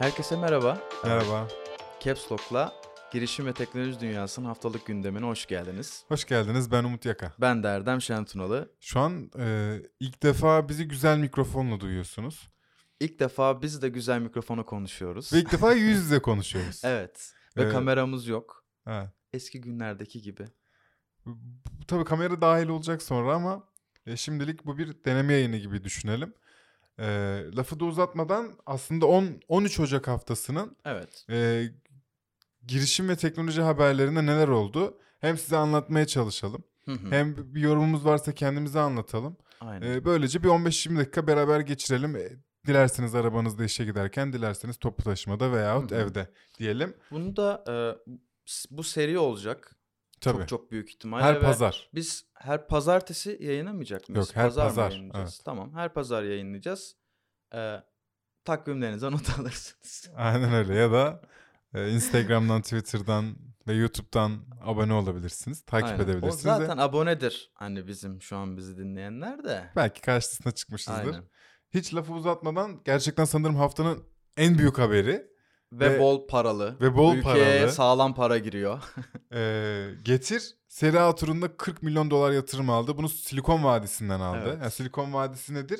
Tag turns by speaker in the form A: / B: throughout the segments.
A: Herkese merhaba.
B: Merhaba,
A: Caps Lock'la girişim ve teknoloji dünyasının haftalık gündemine hoş geldiniz.
B: hoş geldiniz. Ben Umut Yaka.
A: Ben de Erdem Şentunalı.
B: Şu an ilk defa bizi güzel mikrofonla duyuyorsunuz.
A: İlk defa biz de güzel mikrofona konuşuyoruz.
B: Ve ilk defa yüz yüze konuşuyoruz.
A: Evet. Ve kameramız yok.
B: Evet.
A: Eski günlerdeki gibi.
B: Tabii kamera dahil olacak sonra ama şimdilik bu bir deneme yayını gibi düşünelim. Lafı da uzatmadan aslında 13 Ocak haftasının
A: Evet.
B: girişim ve teknoloji haberlerinde neler oldu hem size anlatmaya çalışalım. Hem bir yorumumuz varsa kendimize anlatalım.
A: Aynen.
B: Böylece bir 15-20 dakika beraber geçirelim. Dilerseniz arabanızda işe giderken, dilerseniz toplu taşımada veyahut evde diyelim.
A: Bunu da bu seri olacak.
B: Tabii.
A: Çok büyük ihtimalle.
B: Her pazar.
A: Biz her pazartesi yayınlamayacak mıyız?
B: Yok, her pazar.
A: mı yayınlayacağız?
B: Evet.
A: Tamam, her pazar yayınlayacağız. Takvimlerinize not alırsınız.
B: Aynen öyle. Ya da Instagram'dan, Twitter'dan ve YouTube'dan abone olabilirsiniz. Takip
A: Aynen.
B: edebilirsiniz.
A: O zaten abonedir. Hani bizim şu an bizi dinleyenler de.
B: Belki karşısına çıkmışızdır.
A: Aynen.
B: Hiç lafı uzatmadan gerçekten sanırım haftanın en büyük haberi.
A: Ve bol paralı.
B: Ve bol
A: Ülkeye
B: paralı.
A: sağlam para giriyor.
B: Getir Serie A turunda 40 milyon dolar yatırım aldı. Bunu Silikon Vadisi'nden aldı.
A: Evet.
B: Yani Silikon Vadisi nedir?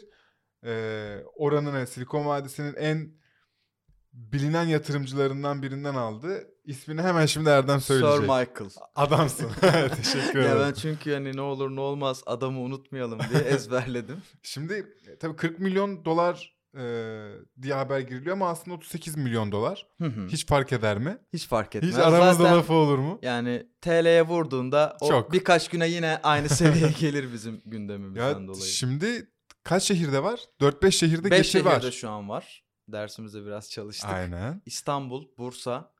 B: Oranın Silikon Vadisi'nin en bilinen yatırımcılarından birinden aldı. İsmini hemen şimdi Erdem söyleyecek.
A: Sir Michael.
B: Adamsın. Teşekkür
A: Ya
B: ederim.
A: ben çünkü hani ne olur ne olmaz adamı unutmayalım diye ezberledim.
B: Şimdi tabii 40 milyon dolar diye haber giriliyor ama aslında 38 milyon dolar. Hiç fark eder mi?
A: Hiç fark etmez.
B: Hiç aramızda
A: Zaten
B: lafı olur mu?
A: yani TL'ye vurduğunda o
B: Çok.
A: birkaç güne yine aynı seviyeye gelir bizim gündemimizden dolayı.
B: Şimdi kaç şehirde var? 4-5 şehirde
A: 5
B: Getir var.
A: şehirde şu an var. Dersimizde biraz çalıştık.
B: Aynen.
A: İstanbul, Bursa,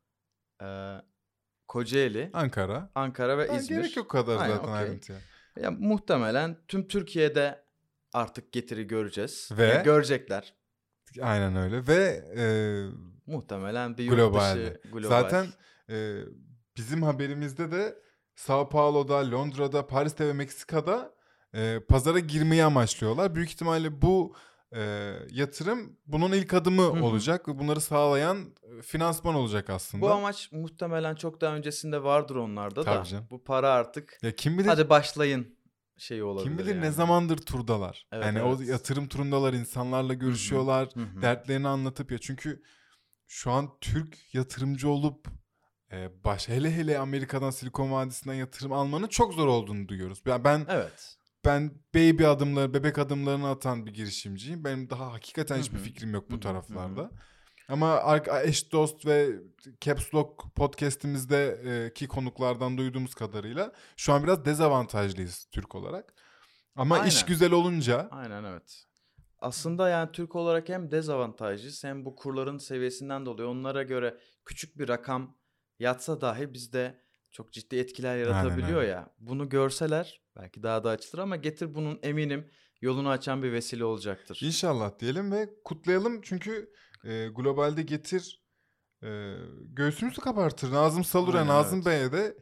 A: Kocaeli, Ankara ve İzmir.
B: Gerek yok kadar
A: Aynen,
B: zaten
A: okey.
B: ayrıntıya.
A: Ya, muhtemelen tüm Türkiye'de artık Getir'i göreceğiz.
B: Ve
A: Ya, görecekler.
B: aynen öyle ve
A: Muhtemelen bir yurt
B: globalde.
A: dışı global.
B: Zaten bizim haberimizde de Sao Paulo'da, Londra'da, Paris'te ve Meksika'da pazara girmeyi amaçlıyorlar. Büyük ihtimalle bu yatırım bunun ilk adımı olacak ve bunları sağlayan finansman olacak aslında.
A: Bu amaç muhtemelen çok daha öncesinde vardır onlarda
B: Tabii
A: da.
B: canım.
A: Bu para artık
B: Ya kim bilir,
A: hadi başlayın şeyi olabilir.
B: kim bilir
A: yani.
B: ne zamandır turdalar.
A: Evet,
B: yani
A: evet.
B: o yatırım turundalar, insanlarla görüşüyorlar, dertlerini anlatıp ya çünkü şu an Türk yatırımcı olup hele Amerika'dan Silikon Vadisi'nden yatırım almanın çok zor olduğunu duyuyoruz.
A: Evet.
B: Ben bebek adımlarını atan bir girişimciyim. Benim daha hakikaten hiçbir fikrim yok bu taraflarda. Ama eş dost ve Caps Lock podcast'imizdeki konuklardan duyduğumuz kadarıyla şu an biraz dezavantajlıyız Türk olarak. Ama
A: Aynen.
B: iş güzel olunca.
A: Aynen, evet. Aslında yani Türk olarak hem dezavantajlıyız hem bu kurların seviyesinden dolayı onlara göre küçük bir rakam yatsa dahi bizde çok ciddi etkiler yaratabiliyor
B: Aynen.
A: ya. Bunu görseler belki daha da açılır ama Getir bunun eminim yolunu açan bir vesile olacaktır.
B: İnşallah diyelim ve kutlayalım çünkü globalde Getir göğsümüzü kabartır. Nazım Salur'a,
A: Aynen,
B: Nazım
A: evet.
B: Bey'e de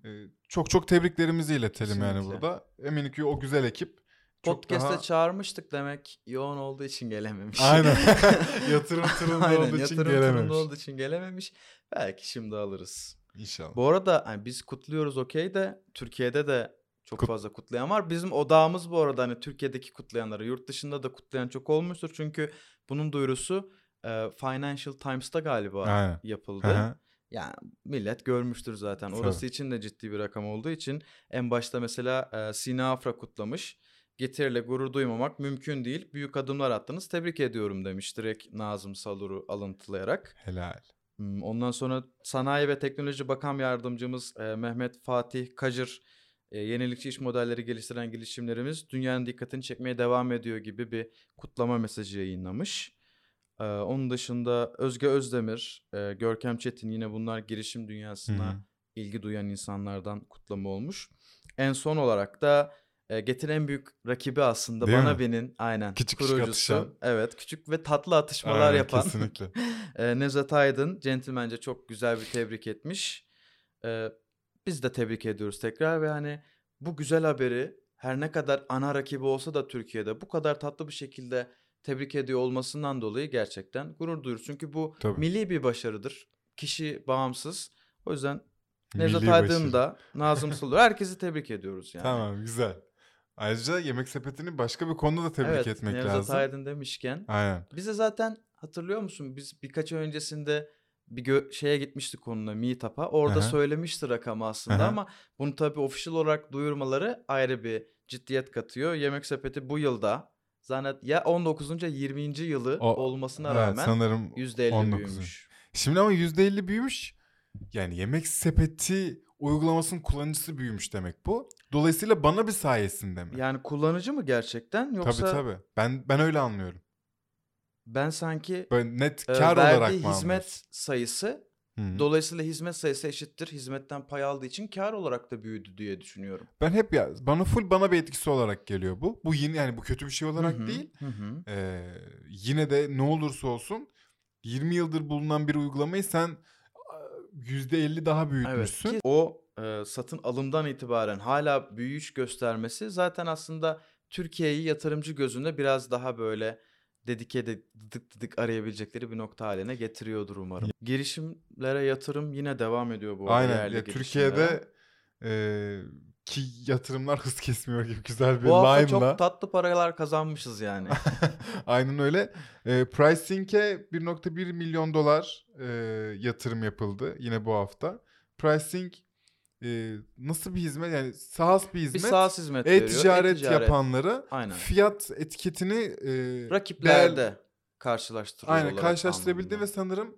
B: çok tebriklerimizi iletelim yani
A: Kesinlikle.
B: burada. Eminim ki o güzel ekip çok
A: Podcast'e
B: daha...
A: çağırmıştık demek yoğun olduğu için gelememiş.
B: Aynen. Yatırım turunda
A: Aynen,
B: olduğu için
A: yatırım
B: gelememiş.
A: turunda olduğu için gelememiş. Belki şimdi alırız.
B: İnşallah.
A: Bu arada hani biz kutluyoruz okey de Türkiye'de de çok fazla kutlayan var. Bizim odağımız bu arada hani Türkiye'deki kutlayanları, yurt dışında da kutlayan çok olmuştur. Çünkü bunun duyurusu Financial Times'ta galiba
B: Aynen.
A: yapıldı.
B: Hı-hı.
A: Yani millet görmüştür zaten. Orası
B: Tabii.
A: için de ciddi bir rakam olduğu için en başta mesela Sina Afra kutlamış. Getir'le gurur duymamak mümkün değil. Büyük adımlar attınız. Tebrik ediyorum demiş direkt Nazım Salur'u alıntılayarak.
B: Helal.
A: Ondan sonra Sanayi ve Teknoloji Bakan Yardımcımız Mehmet Fatih Kacır yenilikçi iş modelleri geliştiren girişimlerimiz dünyanın dikkatini çekmeye devam ediyor gibi bir kutlama mesajı yayınlamış. Onun dışında Özge Özdemir, Görkem Çetin yine bunlar girişim dünyasına ilgi duyan insanlardan kutlama olmuş. En son olarak da Getir en büyük rakibi aslında
B: Değil
A: Bana
B: mi?
A: Benim aynen
B: Küçük
A: kurucusu.
B: atışan.
A: Evet, küçük ve tatlı atışmalar
B: Aynen,
A: yapan.
B: kesinlikle.
A: Nevzat Aydın centilmence çok güzel bir tebrik etmiş. Biz de tebrik ediyoruz tekrar ve hani bu güzel haberi her ne kadar ana rakibi olsa da Türkiye'de bu kadar tatlı bir şekilde tebrik ediyor olmasından dolayı gerçekten gurur duyuyoruz. Çünkü bu
B: Tabii.
A: milli bir başarıdır. Kişi bağımsız. O yüzden Nevzat
B: Milli
A: Aydın
B: başarı.
A: da, Nazım Sılır, herkesi tebrik ediyoruz yani.
B: Tamam, güzel. Ayrıca Yemek Sepeti'ni başka bir konuda da tebrik
A: Evet,
B: etmek
A: Nevzat
B: lazım.
A: Aydın demişken
B: Aynen.
A: bize zaten hatırlıyor musun? Biz birkaç ay öncesinde bir şeye gitmiştik onunla, Meetup'a. Orada
B: Aha,
A: söylemişti rakamı aslında
B: aha.
A: ama bunu tabii official olarak duyurmaları ayrı bir ciddiyet katıyor. Yemek Sepeti bu yılda ya 19. ya 20. yılı olmasına
B: Evet,
A: rağmen
B: sanırım
A: %50
B: 19.
A: büyümüş.
B: Şimdi ama %50 büyümüş. Yani Yemek Sepeti uygulamasının kullanıcısı büyümüş demek bu. Dolayısıyla bana bir sayesinde mi?
A: Yani kullanıcı mı gerçekten yoksa
B: Tabii. Ben öyle anlıyorum.
A: ben sanki
B: Böyle net kar olarak
A: verdiği
B: mı
A: hizmet
B: anlıyorsun?
A: sayısı
B: Hı.
A: dolayısıyla hizmet sayısı eşittir hizmetten pay aldığı için kar olarak da büyüdü diye düşünüyorum.
B: Ben hep bana bir etkisi olarak geliyor bu. Bu yine yani bu kötü bir şey
A: Hı
B: olarak
A: hı,
B: değil.
A: hı hı.
B: Yine de ne olursa olsun 20 yıldır bulunan bir uygulamayı sen %50 daha
A: Evet
B: büyütmüşsün.
A: ki o satın alımdan itibaren hala büyüyüş göstermesi zaten aslında Türkiye'yi yatırımcı gözünde biraz daha böyle dıdık arayabilecekleri bir nokta haline getiriyordur umarım. Girişimlere yatırım yine devam ediyor bu arada,
B: Aynen.
A: yerli
B: Ya
A: girişimlere.
B: Türkiye'de ki yatırımlar hız kesmiyor gibi güzel bir
A: Bu hafta çok
B: line'la.
A: tatlı paralar kazanmışız yani.
B: Aynen öyle. Pricing'e 1.1 milyon dolar yatırım yapıldı yine bu hafta. Pricing nasıl bir hizmet? Yani SaaS bir
A: Bir
B: hizmet.
A: SaaS hizmet veriyor.
B: E-ticaret yapanlara
A: Aynen.
B: fiyat etiketini
A: Rakiplerde karşılaştırıyor
B: aynen
A: olarak
B: karşılaştırabildiğin ve
A: anlamında.
B: sanırım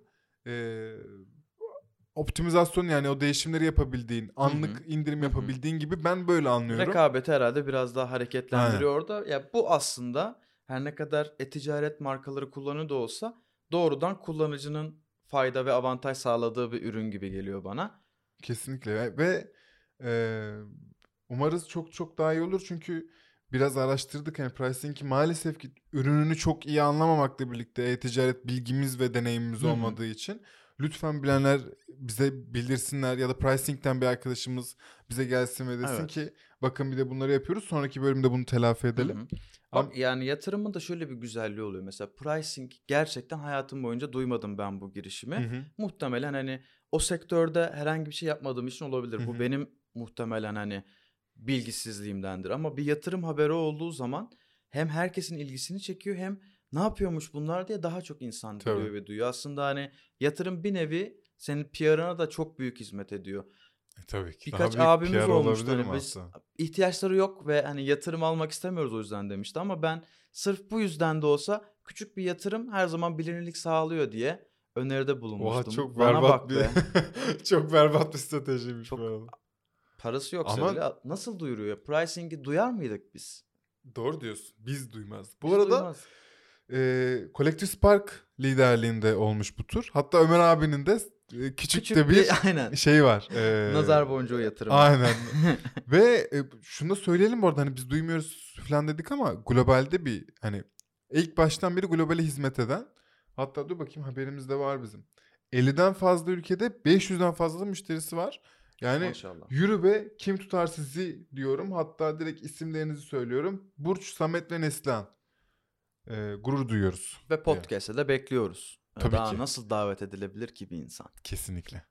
B: optimizasyon yani o değişimleri yapabildiğin,
A: Hı
B: anlık
A: hı.
B: indirim
A: Hı hı.
B: yapabildiğin gibi ben böyle anlıyorum.
A: Rekabeti herhalde biraz daha
B: Aynen.
A: hareketlendiriyor orada. Ya bu aslında her ne kadar e-ticaret markaları kullanıyor da olsa doğrudan kullanıcının fayda ve avantaj sağladığı bir ürün gibi geliyor bana.
B: Kesinlikle ve umarız çok çok daha iyi olur çünkü biraz araştırdık yani pricing'i maalesef ki ürününü çok iyi anlamamakla birlikte e-ticaret bilgimiz ve deneyimimiz
A: Hı hı.
B: olmadığı için lütfen bilenler bize bildirsinler ya da pricing'ten bir arkadaşımız bize gelsin ve desin
A: Evet.
B: ki bakın bir de bunları yapıyoruz sonraki bölümde bunu telafi
A: Hı
B: edelim.
A: hı. Bak yani yatırımın da şöyle bir güzelliği oluyor. Mesela pricing gerçekten hayatım boyunca duymadım ben bu
B: Hı
A: girişimi.
B: hı.
A: Muhtemelen hani o sektörde herhangi bir şey yapmadığım için olabilir.
B: Hı
A: Bu
B: hı.
A: benim muhtemelen hani bilgisizliğimdendir. Ama bir yatırım haberi olduğu zaman hem herkesin ilgisini çekiyor hem ne yapıyormuş bunlar diye daha çok insan
B: Tabii.
A: biliyor ve duyuyor. Aslında hani yatırım bir nevi senin PR'ına da çok büyük hizmet ediyor.
B: Tabii ki. Daha
A: Birkaç
B: büyük
A: abimiz
B: PR
A: olmuştu
B: olabilir
A: hani
B: mi
A: biz
B: hatta?
A: ihtiyaçları yok ve hani yatırım almak istemiyoruz o yüzden demişti ama ben sırf bu yüzden de olsa küçük bir yatırım her zaman bilinirlik sağlıyor diye öneride
B: Oha
A: bulunmuştum.
B: çok
A: Bana
B: berbat
A: bak
B: bir
A: be.
B: çok berbat bir stratejiymiş bu
A: Çok
B: arada.
A: parası yoksa
B: Ama
A: bile nasıl duyuruyor? Pricing'i duyar mıydık biz?
B: doğru diyorsun. Biz duymaz. Bu
A: Biz
B: arada
A: duymaz.
B: Collective Spark liderliğinde olmuş bu tur. Hatta Ömer abinin de küçük de bir
A: aynen.
B: şey var.
A: Nazar boncuğu yatırımı.
B: Aynen. Ve şunu da söyleyelim bu arada hani biz duymuyoruz falan dedik ama globalde bir hani ilk baştan beri globale hizmet eden hatta dur bakayım haberimizde var bizim. 50'den fazla ülkede 500'den fazla da müşterisi var. Yani
A: Maşallah.
B: yürü be kim tutar sizi diyorum. Hatta direkt isimlerinizi söylüyorum. Burç, Samet ve Neslihan. Gurur duyuyoruz
A: Ve
B: diye.
A: podcast'e de bekliyoruz.
B: Tabii
A: Daha
B: ki.
A: nasıl davet edilebilir ki bir insan?
B: Kesinlikle.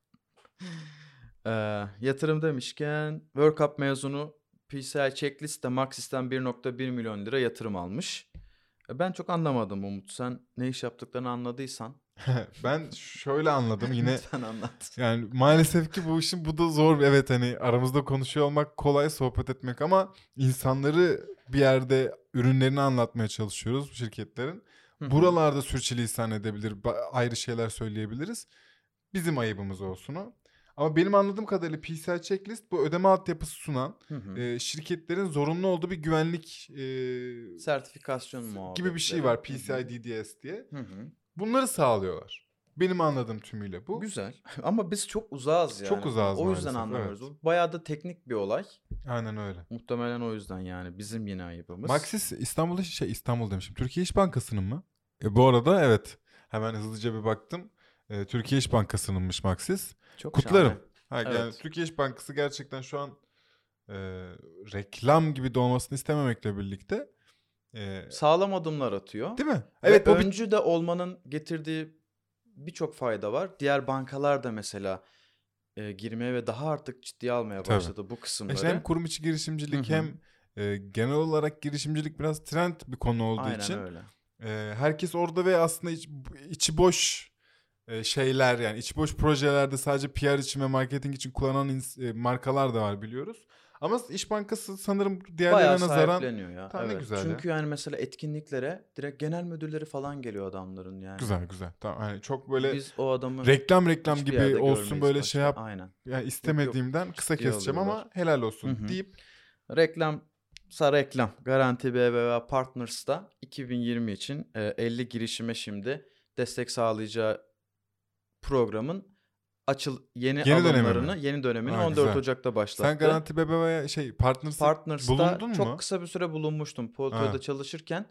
A: Yatırım demişken World Cup mezunu PCI Checklist'te Maxis'ten 1.1 milyon lira yatırım almış. Ben çok anlamadım Umut. Sen ne iş yaptıklarını anladıysan
B: Ben şöyle anladım yine
A: lütfen anlat.
B: yani maalesef ki bu işin bu da zor. Evet hani aramızda konuşuyor olmak kolay sohbet etmek ama insanları bir yerde ürünlerini anlatmaya çalışıyoruz bu şirketlerin.
A: Hı hı.
B: Buralarda sürçülisan edebilir, ayrı şeyler söyleyebiliriz. Bizim ayıbımız olsun o. Ama benim anladığım kadarıyla PCI Checklist bu ödeme altyapısı sunan
A: Hı hı.
B: şirketlerin zorunlu olduğu bir güvenlik
A: Sertifikasyon
B: gibi bir şey
A: muhabbetleri.
B: var
A: Hı
B: PCI
A: hı.
B: DDS diye.
A: Hı hı.
B: Bunları sağlıyorlar. Benim anladığım tümüyle bu.
A: Güzel. Ama biz çok uzağız yani.
B: Çok uzağız
A: O yüzden
B: maalesef,
A: anlamıyoruz.
B: evet.
A: Bu bayağı da teknik bir olay.
B: Aynen öyle.
A: Muhtemelen o yüzden yani bizim yine ayıbımız.
B: Maxis İstanbul demişim. Türkiye İş Bankası'nın mı? Bu arada evet. Hemen hızlıca bir baktım. Türkiye İş Bankası'nınmış Maxis.
A: Çok
B: Kutlarım.
A: şahane.
B: Yani
A: Evet.
B: Türkiye İş Bankası gerçekten şu an reklam gibi de olmasını istememekle birlikte
A: Sağlam adımlar atıyor.
B: Değil mi?
A: Ve
B: Evet, bu
A: öncü de olmanın getirdiği birçok fayda var. Diğer bankalar da mesela girmeye ve daha artık ciddiye almaya
B: tabii.
A: başladı bu
B: İşte hem
A: kısımları.
B: kurum içi
A: Hı
B: girişimcilik
A: hı.
B: hem genel olarak girişimcilik biraz trend bir konu olduğu
A: Aynen
B: için
A: öyle.
B: herkes orada ve aslında içi boş şeyler, yani içi boş projelerde sadece PR için ve marketing için kullanan markalar da var, biliyoruz. Ama İş Bankası sanırım
A: Bayağı
B: diğerlerine nazaran
A: sahipleniyor ya.
B: ne
A: Evet.
B: güzel ya.
A: Çünkü yani mesela etkinliklere direkt genel müdürleri falan geliyor adamların yani.
B: Güzel güzel. Tamam, hani çok böyle
A: Biz o adamı
B: reklam
A: hiçbir
B: gibi
A: yerde
B: olsun,
A: görmeyiz
B: böyle şey
A: başka.
B: yap,
A: Aynen.
B: yani
A: Yok
B: istemediğimden kısa
A: ciddiye
B: keseceğim
A: alıyorlar.
B: ama helal
A: Hı
B: olsun
A: hı.
B: deyip
A: Reklamsa reklam. Garanti BBVA Partners'ta 2020 için 50 girişime şimdi destek sağlayacağı programın yeni
B: yeni dönemi mi?
A: yeni dönemini
B: Aa,
A: 14
B: güzel.
A: Ocak'ta
B: Sen
A: başlattı.
B: Garanti BBVA'ya Partners'a
A: Partners'ta
B: bulundun
A: çok
B: mu?
A: kısa bir süre bulunmuştum. Polito'da
B: Ha.
A: çalışırken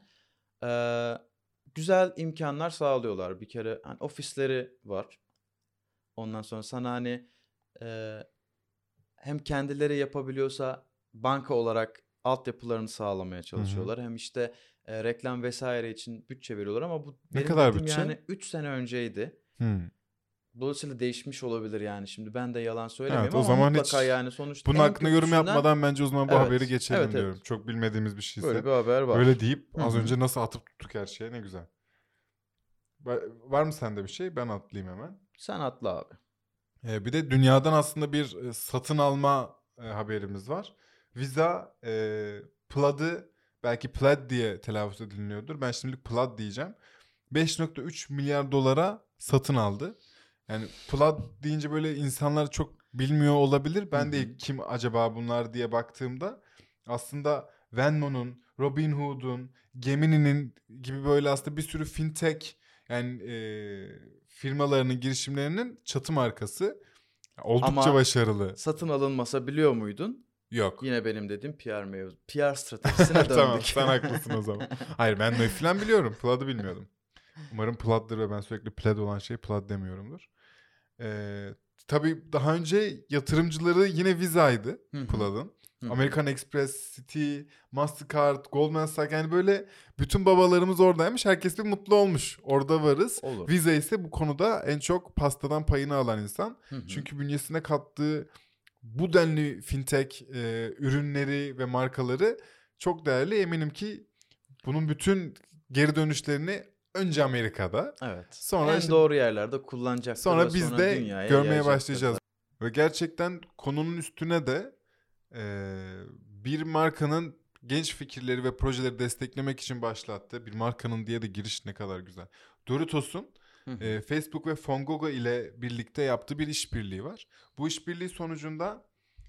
A: güzel imkanlar sağlıyorlar. Bir kere hani ofisleri var. Ondan sonra sana hani e, hem kendileri yapabiliyorsa banka olarak altyapılarını sağlamaya
B: Hı hı.
A: çalışıyorlar. Hem işte reklam vesaire için bütçe veriyorlar ama bu
B: Ne
A: benim
B: kadar
A: gittiğim
B: bütçe?
A: yani 3 sene önceydi.
B: Hmm.
A: Dolayısıyla değişmiş olabilir yani. Şimdi ben de yalan
B: Evet,
A: söylemeyeyim
B: o
A: ama
B: zaman
A: mutlaka
B: hiç
A: yani sonuçta
B: bunun
A: en
B: hakkında yorum
A: kötüsünden
B: yapmadan bence o zaman bu haberi
A: evet,
B: geçelim
A: evet,
B: diyorum.
A: evet.
B: Çok bilmediğimiz bir
A: Böyle
B: şeyse.
A: bir haber
B: Böyle
A: var.
B: deyip
A: Hı
B: az
A: hı.
B: önce nasıl atıp tuttuk her şeye, ne güzel. Var mı sende bir şey? Ben atlayayım hemen.
A: Sen atla abi.
B: Bir de dünyadan aslında bir satın alma haberimiz var. Visa Plaid'ı, belki Plaid diye telaffuz ediliyordur. Ben şimdilik Plaid diyeceğim. 5,3 milyar dolara satın aldı. Yani Plaid deyince böyle insanlar çok bilmiyor olabilir.
A: Hı
B: Ben
A: hı.
B: de kim acaba bunlar diye baktığımda aslında Venmo'nun, Robinhood'un, Gemini'nin gibi böyle aslında bir sürü fintech, yani firmalarının, girişimlerinin çatı markası. Oldukça
A: Ama
B: başarılı.
A: satın alınmasa biliyor muydun?
B: Yok.
A: Yine benim dediğim PR mevzu. PR stratejisine
B: Tamam,
A: döndük.
B: sen haklısın o zaman. Hayır, ben de falan biliyorum. Plaid'ı bilmiyordum. Umarım Plaid'dır ve ben sürekli Plaid olan şey Plaid demiyorumdur. Tabii daha önce yatırımcıları yine Visa'ydı
A: Hı hı.
B: Plaid'ın.
A: Hı hı.
B: American Express, Citi, Mastercard, Goldman Sachs, yani böyle bütün babalarımız oradaymış. Herkes bir mutlu olmuş. Orada varız.
A: Olur.
B: Visa ise bu konuda en çok pastadan payını alan insan.
A: Hı hı.
B: Çünkü bünyesine kattığı bu denli fintech ürünleri ve markaları çok değerli. Eminim ki bunun bütün geri dönüşlerini önce Amerika'da,
A: Evet.
B: sonra
A: En doğru yerlerde kullanacaktır ve
B: biz
A: sonra
B: de
A: dünyaya
B: görmeye
A: yayacaktır
B: başlayacağız.
A: zaten.
B: Ve gerçekten konunun üstüne de bir markanın genç fikirleri ve projeleri desteklemek için başlattığı, bir markanın diye de giriş ne kadar güzel. Doritos'un
A: Hı hı.
B: Facebook ve Fongogo ile birlikte yaptığı bir işbirliği var. Bu işbirliği sonucunda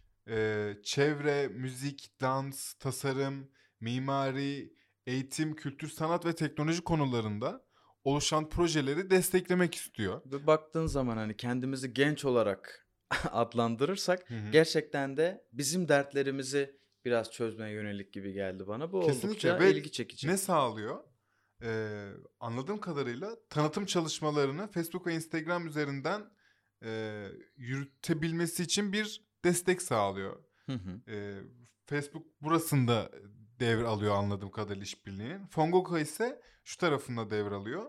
B: çevre, müzik, dans, tasarım, mimari, eğitim, kültür, sanat ve teknoloji konularında oluşan projeleri desteklemek istiyor.
A: Ve baktığın zaman hani kendimizi genç olarak adlandırırsak
B: Hı hı.
A: gerçekten de bizim dertlerimizi biraz çözmeye yönelik gibi geldi bana. Bu
B: Kesinlikle.
A: oldukça
B: Ve
A: ilgi çekici.
B: ne sağlıyor? Anladığım kadarıyla tanıtım çalışmalarını Facebook ve Instagram üzerinden yürütebilmesi için bir destek sağlıyor.
A: Hı hı.
B: Facebook burasında devralıyor anladığım kadarıyla işbirliğinin. Fongogo ise şu tarafında devralıyor.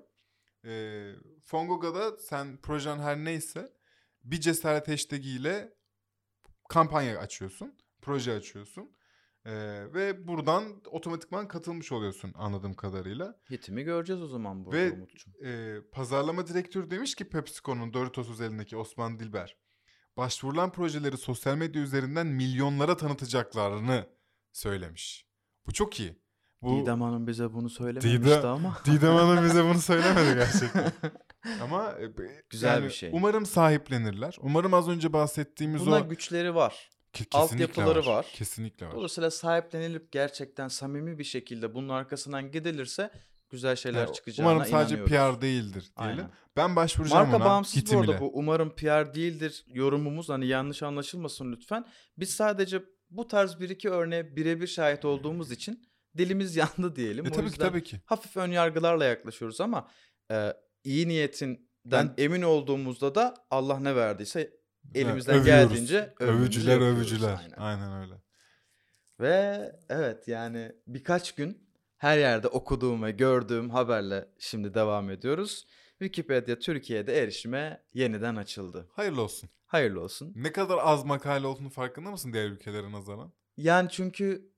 B: Fongogo'da sen projen her neyse bir cesaret hashtag ile kampanya açıyorsun, proje açıyorsun. Ve buradan otomatikman katılmış oluyorsun anladığım kadarıyla.
A: Hitimi göreceğiz o zaman burada
B: Ve
A: Umut'cum.
B: pazarlama direktörü demiş ki PepsiCo'nun Doritos özelindeki Osman Dilber, başvurulan projeleri sosyal medya üzerinden milyonlara tanıtacaklarını söylemiş. Bu çok iyi. Bu
A: Didem Hanım bize bunu söylememişti ama.
B: Didem Hanım bize bunu söylemedi gerçekten. Ama
A: Güzel
B: yani
A: bir şey.
B: umarım sahiplenirler. Umarım az önce bahsettiğimiz
A: Buna
B: o
A: güçleri var.
B: kesinlikle
A: Altyapıları var.
B: Kesinlikle var.
A: Dolayısıyla sahiplenilip gerçekten samimi bir şekilde bunun arkasından gidilirse güzel şeyler
B: Yani
A: çıkacağına
B: umarım sadece
A: inanıyoruz.
B: PR değildir diyelim.
A: Aynen.
B: Ben başvuracağım
A: Marka
B: ona
A: bağımsız bu
B: hitim
A: arada
B: ile.
A: bu umarım PR değildir yorumumuz hani yanlış anlaşılmasın lütfen. Biz sadece bu tarz bir iki örneğe birebir şahit olduğumuz için dilimiz yandı diyelim. O
B: Tabii ki,
A: yüzden
B: tabii ki.
A: hafif ön yargılarla yaklaşıyoruz ama iyi niyetinden
B: Ben
A: emin olduğumuzda da Allah ne verdiyse elimizden
B: övüyoruz.
A: geldiğince övmemizi
B: Övücüler
A: yapıyoruz.
B: övücüler.
A: Aynen.
B: Aynen öyle.
A: Ve evet yani birkaç gün her yerde okuduğum ve gördüğüm haberle şimdi devam ediyoruz. Wikipedia Türkiye'de erişime yeniden açıldı.
B: Hayırlı olsun.
A: Hayırlı olsun.
B: Ne kadar az makale olduğunu farkında mısın diğer ülkelere nazaran?
A: Yani çünkü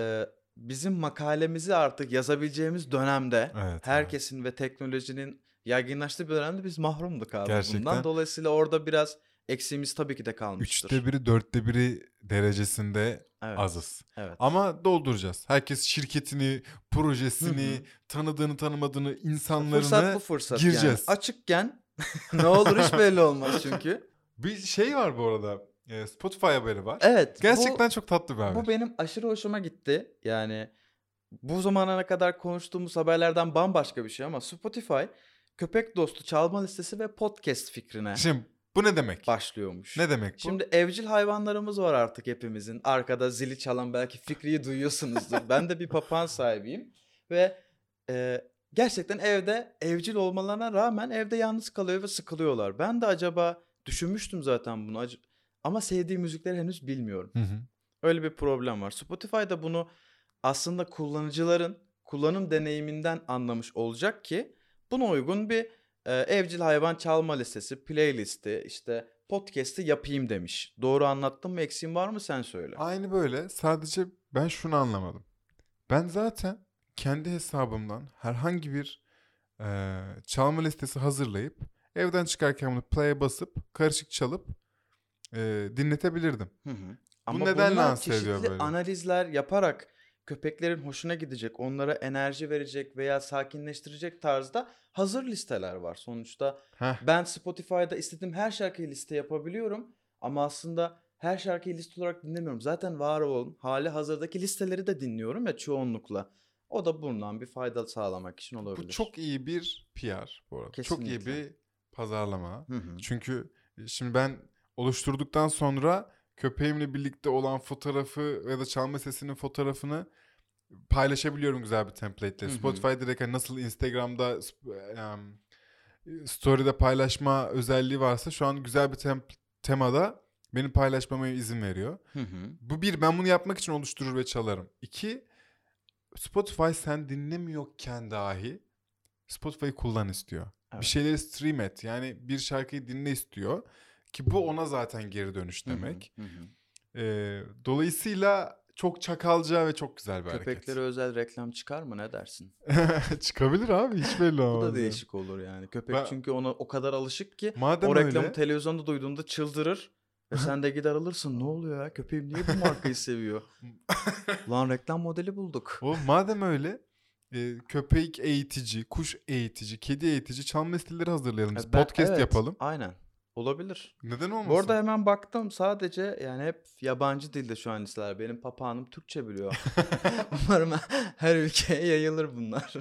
A: bizim makalemizi artık yazabileceğimiz dönemde
B: Evet,
A: herkesin ve teknolojinin yaygınlaştığı bir dönemde biz mahrumduk abi bundan.
B: Gerçekten.
A: Dolayısıyla orada biraz eksiğimiz tabii ki de kalmıştır.
B: 1/3, 4'te 1'i derecesinde
A: Evet.
B: azız.
A: Evet.
B: Ama dolduracağız. Herkes şirketini, projesini,
A: Hı hı.
B: tanıdığını, tanımadığını,
A: Fırsat bu
B: insanlarını
A: fırsat
B: gireceğiz.
A: yani. Açıkken ne olur hiç belli olmaz çünkü.
B: Bir şey var bu arada. Spotify haberi var.
A: Evet.
B: Gerçekten çok tatlı bir haber.
A: Bu benim aşırı hoşuma gitti. Yani bu zamana kadar konuştuğumuz haberlerden bambaşka bir şey ama Spotify köpek dostu çalma listesi ve podcast fikrine
B: Şimdi bu ne demek?
A: başlıyormuş.
B: Ne demek bu?
A: Şimdi evcil hayvanlarımız var artık hepimizin. Arkada zili çalan belki Fikri'yi duyuyorsunuzdur. Ben de bir papağan sahibiyim. Ve gerçekten evde evcil olmalarına rağmen evde yalnız kalıyor ve sıkılıyorlar. Ben de acaba düşünmüştüm zaten bunu. Ama sevdiğim müzikleri henüz bilmiyorum.
B: Hı hı.
A: Öyle bir problem var. Spotify'da bunu aslında kullanıcıların kullanım deneyiminden anlamış olacak ki buna uygun bir evcil hayvan çalma listesi, playlisti, işte podcast'i yapayım demiş. Doğru anlattım mı? Eksiğim var mı? Sen söyle.
B: Aynı böyle. Sadece ben şunu anlamadım. Ben zaten kendi hesabımdan herhangi bir çalma listesi hazırlayıp evden çıkarken bunu play'e basıp karışık çalıp dinletebilirdim.
A: Hı hı.
B: Bu
A: Ama
B: neden
A: bunlar
B: lanse ediyor
A: çeşitli
B: böyle?
A: analizler yaparak köpeklerin hoşuna gidecek, onlara enerji verecek veya sakinleştirecek tarzda hazır listeler var. Sonuçta
B: Heh,
A: ben Spotify'da istediğim her şarkıyı liste yapabiliyorum ama aslında her şarkıyı liste olarak dinlemiyorum. Zaten var olan hali hazırdaki listeleri de dinliyorum ya çoğunlukla. O da bundan bir fayda sağlamak için
B: bu
A: olabilir.
B: çok iyi bir PR bu arada. Çok iyi
A: Kesinlikle.
B: bir pazarlama.
A: Hı hı.
B: Çünkü şimdi ben oluşturduktan sonra köpeğimle birlikte olan fotoğrafı ya da çalma sesinin fotoğrafını paylaşabiliyorum güzel bir template'le.
A: Hı hı.
B: Spotify direkt hani nasıl Instagram'da story'de paylaşma özelliği varsa şu an güzel bir temada benim paylaşmama izin veriyor.
A: Hı hı.
B: Bu bir, ben bunu yapmak için oluşturur ve çalarım. İki, Spotify sen dinlemiyorken dahi Spotify'ı kullan istiyor. Bir
A: Evet.
B: şeyleri stream et. Yani bir şarkıyı dinle istiyor. Ki bu ona zaten geri dönüş
A: Hı hı.
B: demek.
A: Hı hı.
B: Dolayısıyla çok çakalca ve çok güzel bir
A: Köpeklere özel reklam çıkar mı? Ne dersin?
B: hareket. Çıkabilir abi, hiç belli
A: Bu
B: olmaz.
A: da
B: yani.
A: değişik olur yani. Köpek
B: Ben-
A: çünkü ona o kadar alışık ki
B: Madem
A: o reklamı
B: öyle,
A: televizyonda duyduğunda çıldırır ve sen de gider alırsın. Ne oluyor ya? Köpeğim niye bu markayı seviyor? Lan reklam modeli bulduk.
B: madem öyle köpek eğitici, kuş eğitici, kedi eğitici çalma listeleri hazırlayalım. Biz podcast
A: Evet,
B: yapalım.
A: aynen. Olabilir.
B: Neden olmasın?
A: Bu arada hemen baktım sadece yani hep yabancı dilde şu an listeler. Benim papağanım Türkçe biliyor. Umarım her ülkeye yayılır bunlar.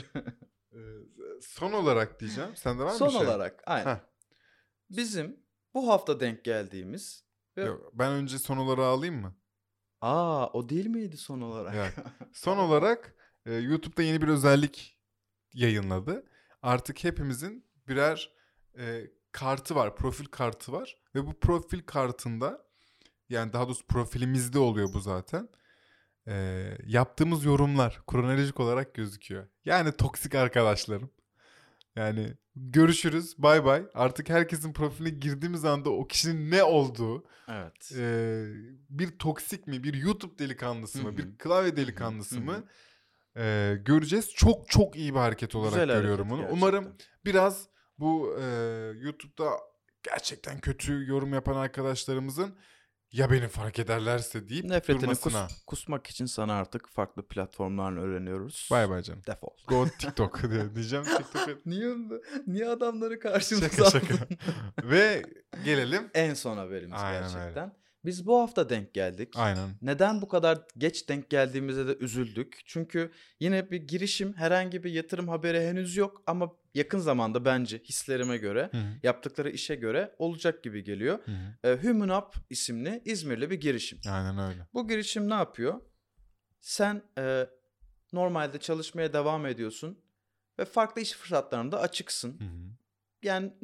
B: Son olarak diyeceğim. Sende var mı
A: Son
B: bir şey?
A: olarak aynen.
B: Heh.
A: Bizim bu hafta denk geldiğimiz ve
B: Yok, ben önce son olarak alayım mı?
A: o değil miydi son olarak?
B: Evet. Son olarak YouTube'da yeni bir özellik yayınladı. Artık hepimizin birer kartı var, profil kartı var ve bu profil kartında, yani daha doğrusu profilimizde oluyor bu zaten. Yaptığımız yorumlar kronolojik olarak gözüküyor. Yani toksik arkadaşlarım. Yani görüşürüz, bay bay. Artık herkesin profiline girdiğimiz anda o kişinin ne olduğu,
A: Evet.
B: bir toksik mi, bir YouTube delikanlısı
A: Hı
B: mı,
A: hı.
B: bir klavye
A: Hı hı.
B: delikanlısı
A: Hı hı.
B: mı göreceğiz. Çok çok iyi bir hareket olarak
A: Güzel
B: görüyorum
A: hareket
B: bunu.
A: gerçekten.
B: Umarım biraz bu YouTube'da gerçekten kötü yorum yapan arkadaşlarımızın ya beni fark ederlerse deyip
A: Nefretini
B: durmasına.
A: kusmak için sana artık farklı platformlarla öğreniyoruz.
B: Bay bay canım.
A: Defol.
B: Go TikTok diyeceğim. TikTok'a.
A: Niye adamları karşımıza
B: Şaka şaka.
A: aldın?
B: Ve gelelim.
A: En son haberimiz
B: Aynen
A: gerçekten.
B: öyle.
A: Biz bu hafta denk geldik.
B: Aynen.
A: Neden bu kadar geç denk geldiğimize de üzüldük. Çünkü yine bir girişim, herhangi bir yatırım haberi henüz yok ama yakın zamanda bence hislerime göre,
B: Hı hı.
A: yaptıkları işe göre olacak gibi geliyor.
B: Hı hı.
A: Human Up isimli İzmirli bir girişim.
B: Aynen öyle.
A: Bu girişim ne yapıyor? Sen normalde çalışmaya devam ediyorsun ve farklı iş fırsatlarına da açıksın.
B: Hı hı.
A: Yani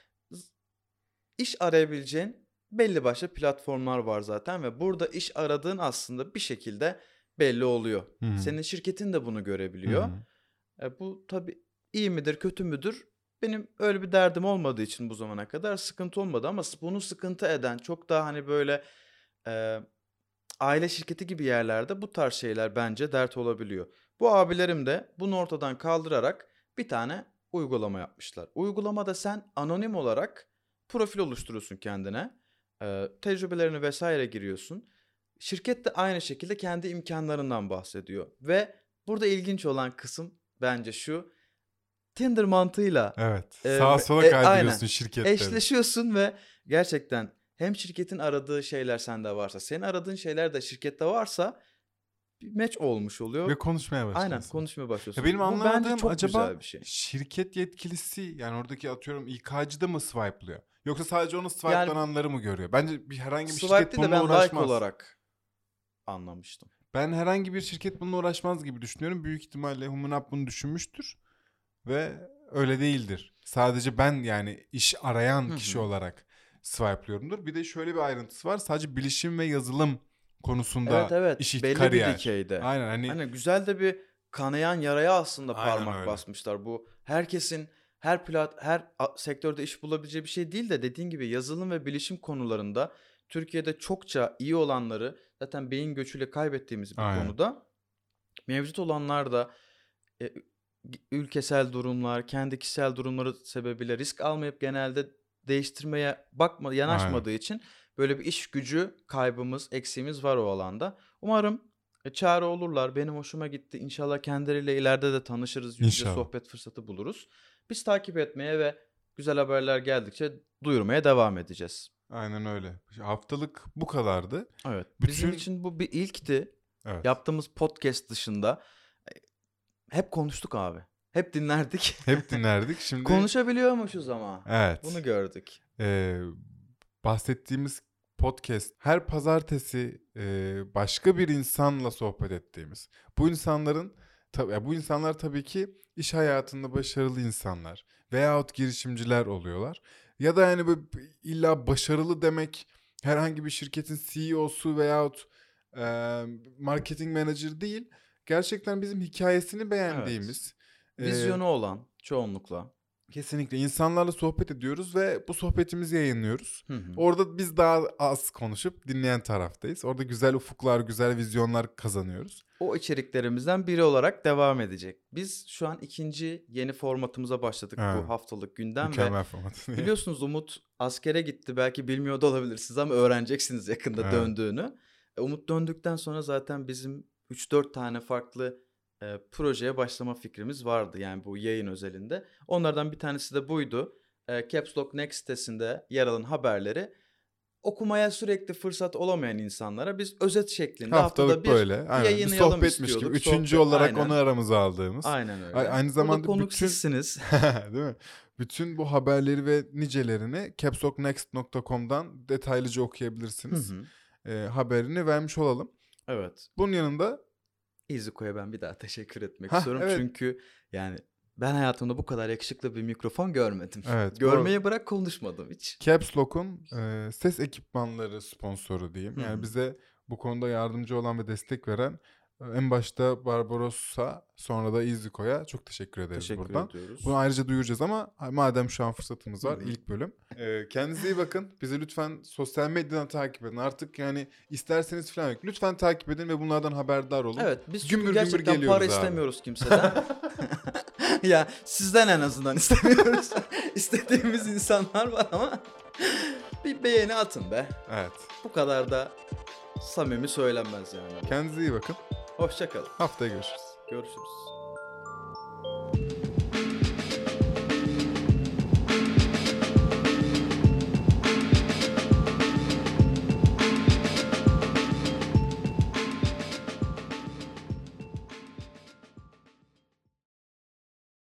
A: iş arayabileceğin belli başlı platformlar var zaten ve burada iş aradığın aslında bir şekilde belli oluyor.
B: Hı.
A: Senin şirketin de bunu görebiliyor.
B: Hı.
A: Bu tabii iyi midir, kötü müdür? Benim öyle bir derdim olmadığı için bu zamana kadar sıkıntı olmadı ama bunu sıkıntı eden çok daha hani böyle aile şirketi gibi yerlerde bu tarz şeyler bence dert olabiliyor. Bu abilerim de bunu ortadan kaldırarak bir tane uygulama yapmışlar. Uygulamada sen anonim olarak profil oluşturuyorsun kendine. Tecrübelerini vesaire giriyorsun. Şirket de aynı şekilde kendi imkanlarından bahsediyor. Ve burada ilginç olan kısım bence şu. Tinder mantığıyla
B: Evet. Sağa sola kaydırıyorsun
A: aynen
B: şirketleri.
A: eşleşiyorsun ve gerçekten hem şirketin aradığı şeyler sende varsa, senin aradığın şeyler de şirkette varsa bir match olmuş oluyor.
B: Ve konuşmaya
A: Aynen
B: başlıyorsun.
A: konuşmaya başlıyorsun.
B: Benim
A: Bu bence
B: anlamadığım
A: çok
B: acaba
A: güzel bir şey.
B: şirket yetkilisi yani oradaki atıyorum İK'cı da mı swipe'lıyor? Yoksa sadece onu
A: Yani
B: swipe'lananları mı görüyor? Bence herhangi bir
A: swipe
B: şirket
A: değil de
B: bununla
A: ben like
B: uğraşmaz.
A: olarak anlamıştım.
B: Ben herhangi bir şirket bununla uğraşmaz gibi düşünüyorum. Büyük ihtimalle Human bunu düşünmüştür ve öyle değildir. Sadece ben yani iş arayan kişi olarak swipe'lıyorumdur. Bir de şöyle bir ayrıntısı var. Sadece bilişim ve yazılım konusunda
A: Evet belli bir
B: kariyer.
A: dikeyde.
B: Aynen hani
A: Hani güzel de bir kanayan yaraya aslında
B: aynen
A: parmak
B: öyle.
A: basmışlar. Bu herkesin her sektörde iş bulabileceği bir şey değil de dediğin gibi yazılım ve bilişim konularında Türkiye'de çokça iyi olanları zaten beyin göçüyle kaybettiğimiz bir
B: Aynen.
A: konuda mevcut olanlar da e, ülkesel durumlar, kendi kişisel durumları sebebiyle risk almayıp genelde değiştirmeye
B: Aynen.
A: yanaşmadığı için böyle bir iş gücü kaybımız, eksiğimiz var o alanda. Umarım çare olurlar. Benim hoşuma gitti. İnşallah kendileriyle ileride de tanışırız, yüz yüze
B: İnşallah.
A: sohbet fırsatı buluruz. Biz takip etmeye ve güzel haberler geldikçe duyurmaya devam edeceğiz.
B: Aynen öyle. Haftalık bu kadardı.
A: Evet. Bizim
B: Bütün
A: için bu bir ilkti.
B: evet.
A: Yaptığımız podcast dışında hep konuştuk abi. Hep dinlerdik.
B: Hep dinlerdik. Şimdi
A: Konuşabiliyormuşuz ama.
B: evet.
A: Bunu gördük.
B: Bahsettiğimiz podcast her pazartesi başka bir insanla sohbet ettiğimiz. Bu insanlar tabii ki iş hayatında başarılı insanlar veyahut girişimciler oluyorlar. Ya da yani böyle illa başarılı demek herhangi bir şirketin CEO'su veyahut marketing manager değil. Gerçekten bizim hikayesini
A: Evet.
B: beğendiğimiz,
A: Vizyonu olan çoğunlukla.
B: kesinlikle insanlarla sohbet ediyoruz ve bu sohbetimizi yayınlıyoruz.
A: Hı hı.
B: Orada biz daha az konuşup dinleyen taraftayız. Orada güzel ufuklar, güzel vizyonlar kazanıyoruz.
A: O içeriklerimizden biri olarak devam edecek. Biz şu an ikinci yeni formatımıza başladık
B: Evet.
A: bu haftalık gündem ve
B: Mükemmel format.
A: biliyorsunuz Umut askere gitti. Belki bilmiyor da olabilirsiniz ama öğreneceksiniz yakında
B: Evet.
A: döndüğünü. Umut döndükten sonra zaten bizim 3-4 tane farklı projeye başlama fikrimiz vardı. Yani bu yayın özelinde. Onlardan bir tanesi de buydu. Caps Lock Next sitesinde yer alan haberleri okumaya sürekli fırsat olamayan insanlara biz özet şeklinde haftada
B: Haftalık
A: bir
B: böyle. Aynen. Bir
A: yayınlayalım
B: sohbetmiş gibi.
A: istiyorduk.
B: Üçüncü
A: Sohbet,
B: olarak onu
A: aynen.
B: aramıza aldığımız.
A: Aynen öyle.
B: Aynı
A: Burada
B: zamanda
A: konuk
B: bütün
A: sizsiniz.
B: değil mi? Bütün bu haberleri ve nicelerini capslocknext.com'dan detaylıca
A: Hı
B: okuyabilirsiniz.
A: hı.
B: Haberini vermiş olalım.
A: Evet.
B: Bunun yanında
A: İziko'ya ben bir daha teşekkür etmek
B: Hah,
A: istiyorum.
B: evet.
A: Çünkü yani ben hayatımda bu kadar yakışıklı bir mikrofon görmedim.
B: Evet, bu
A: Görmeyi bırak konuşmadım hiç.
B: Caps Lock'un ses ekipmanları sponsoru diyeyim.
A: Hı
B: Yani
A: hı.
B: bize bu konuda yardımcı olan ve destek veren en başta Barbaros'a sonra da İziko'ya çok teşekkür ederiz
A: Teşekkür
B: buradan.
A: ediyoruz.
B: Bunu ayrıca duyuracağız ama madem şu an fırsatımız
A: Hı
B: var
A: hı.
B: ilk bölüm. Kendinize iyi bakın. Bizi lütfen sosyal medyadan takip edin. Artık yani isterseniz falan yok. Lütfen takip edin ve bunlardan haberdar olun.
A: Evet biz çünkü
B: Gümbür gümbür
A: gerçekten
B: geliyoruz
A: para
B: abi.
A: istemiyoruz kimseden. Ya sizden en azından istemiyoruz. İstediğimiz insanlar var ama bir beğeni atın be.
B: Evet.
A: Bu kadar da samimi söylenmez yani.
B: Kendinize iyi bakın.
A: Hoşça kalın.
B: Haftaya görüşürüz.
A: Görüşürüz.